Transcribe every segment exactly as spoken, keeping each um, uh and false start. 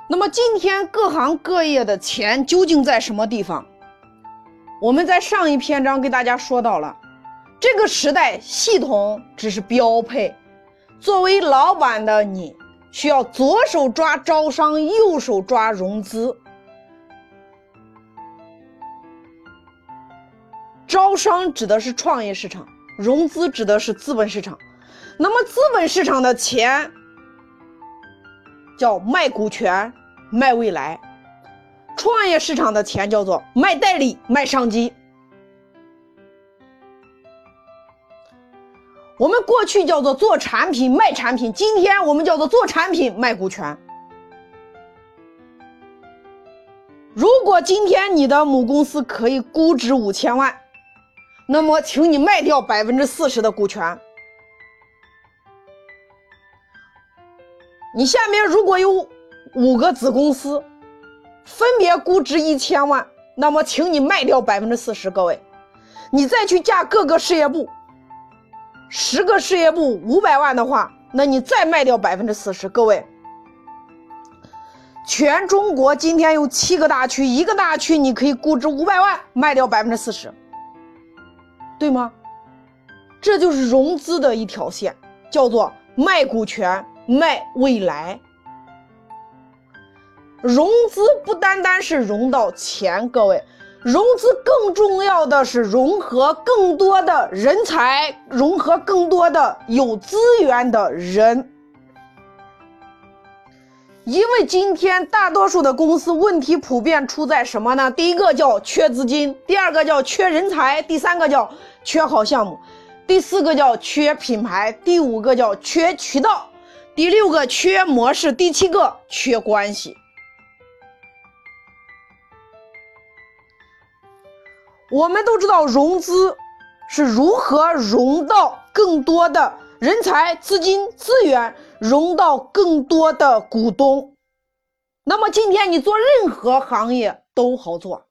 那么今天各行各业的钱究竟在什么地方？我们在上一篇章给大家说到了，这个时代系统只是标配，作为老板的你需要左手抓招商，右手抓融资。招商指的是创业市场，融资指的是资本市场。那么资本市场的钱叫卖股权、卖未来，创业市场的钱叫做卖代理、卖商机。我们过去叫做做产品、卖产品，今天我们叫做做产品、卖股权。如果今天你的母公司可以估值五千万，那么请你卖掉百分之四十的股权。你下面如果有五个子公司，分别估值一千万，那么请你卖掉百分之四十。各位，你再去架各个事业部，十个事业部五百万的话，那你再卖掉百分之四十。各位，全中国今天有七个大区，一个大区你可以估值五百万，卖掉百分之四十，对吗？这就是融资的一条线，叫做卖股权、卖未来。融资不单单是融到钱，各位，融资更重要的是融合更多的人才，融合更多的有资源的人。因为今天大多数的公司问题普遍出在什么呢？第一个叫缺资金，第二个叫缺人才，第三个叫缺好项目，第四个叫缺品牌，第五个叫缺渠道，第六个缺模式，第七个缺关系。我们都知道融资是如何融到更多的人才、资金、资源，融到更多的股东。那么今天你做任何行业都好做，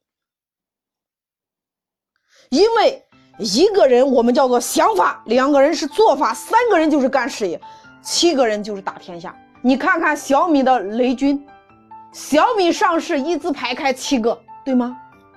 因为一个人我们叫做想法，两个人是做法，三个人就是干事业，七个人就是打天下。你看看小米的雷军，小米上市一字排开七个，对吗？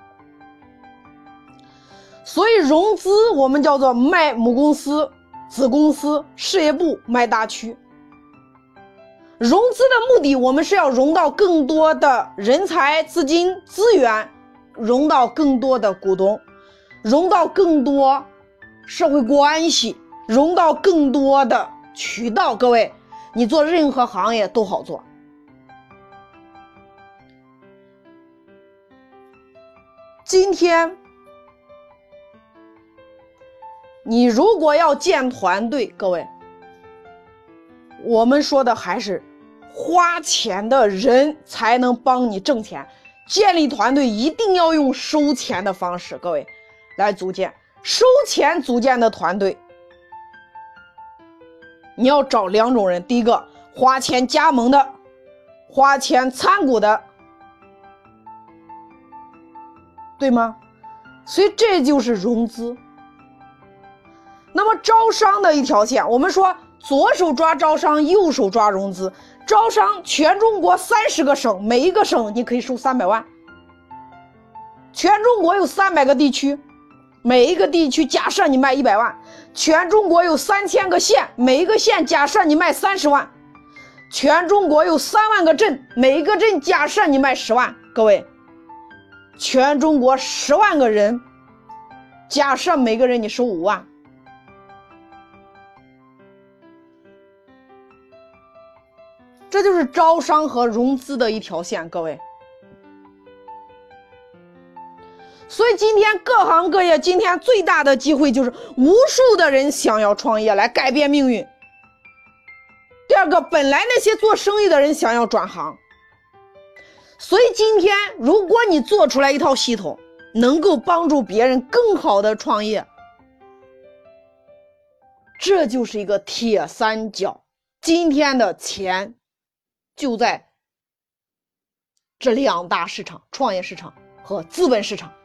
所以融资我们叫做卖母公司、子公司、事业部，卖大区。融资的目的我们是要融到更多的人才、资金、资源，融到更多的股东，融到更多社会关系，融到更多的渠道。各位，你做任何行业都好做。今天你如果要建团队，各位，我们说的还是花钱的人才能帮你挣钱。建立团队一定要用收钱的方式，各位来组建。收钱组建的团队，你要找两种人，第一个花钱加盟的，花钱参股的，对吗？所以这就是融资。那么招商的一条线，我们说左手抓招商，右手抓融资。招商全中国三十个省，每一个省你可以收三百万。全中国有三百个地区，每一个地区假设你卖一百万。全中国有三千个县，每一个县假设你卖三十万。全中国有三万个镇，每一个镇假设你卖十万。各位，全中国十万个人，假设每个人你收五万。这就是招商和融资的一条线，各位。所以今天各行各业，今天最大的机会就是无数的人想要创业来改变命运。第二个，本来那些做生意的人想要转行。所以今天如果你做出来一套系统，能够帮助别人更好的创业，这就是一个铁三角。今天的钱就在这两大市场，创业市场和资本市场。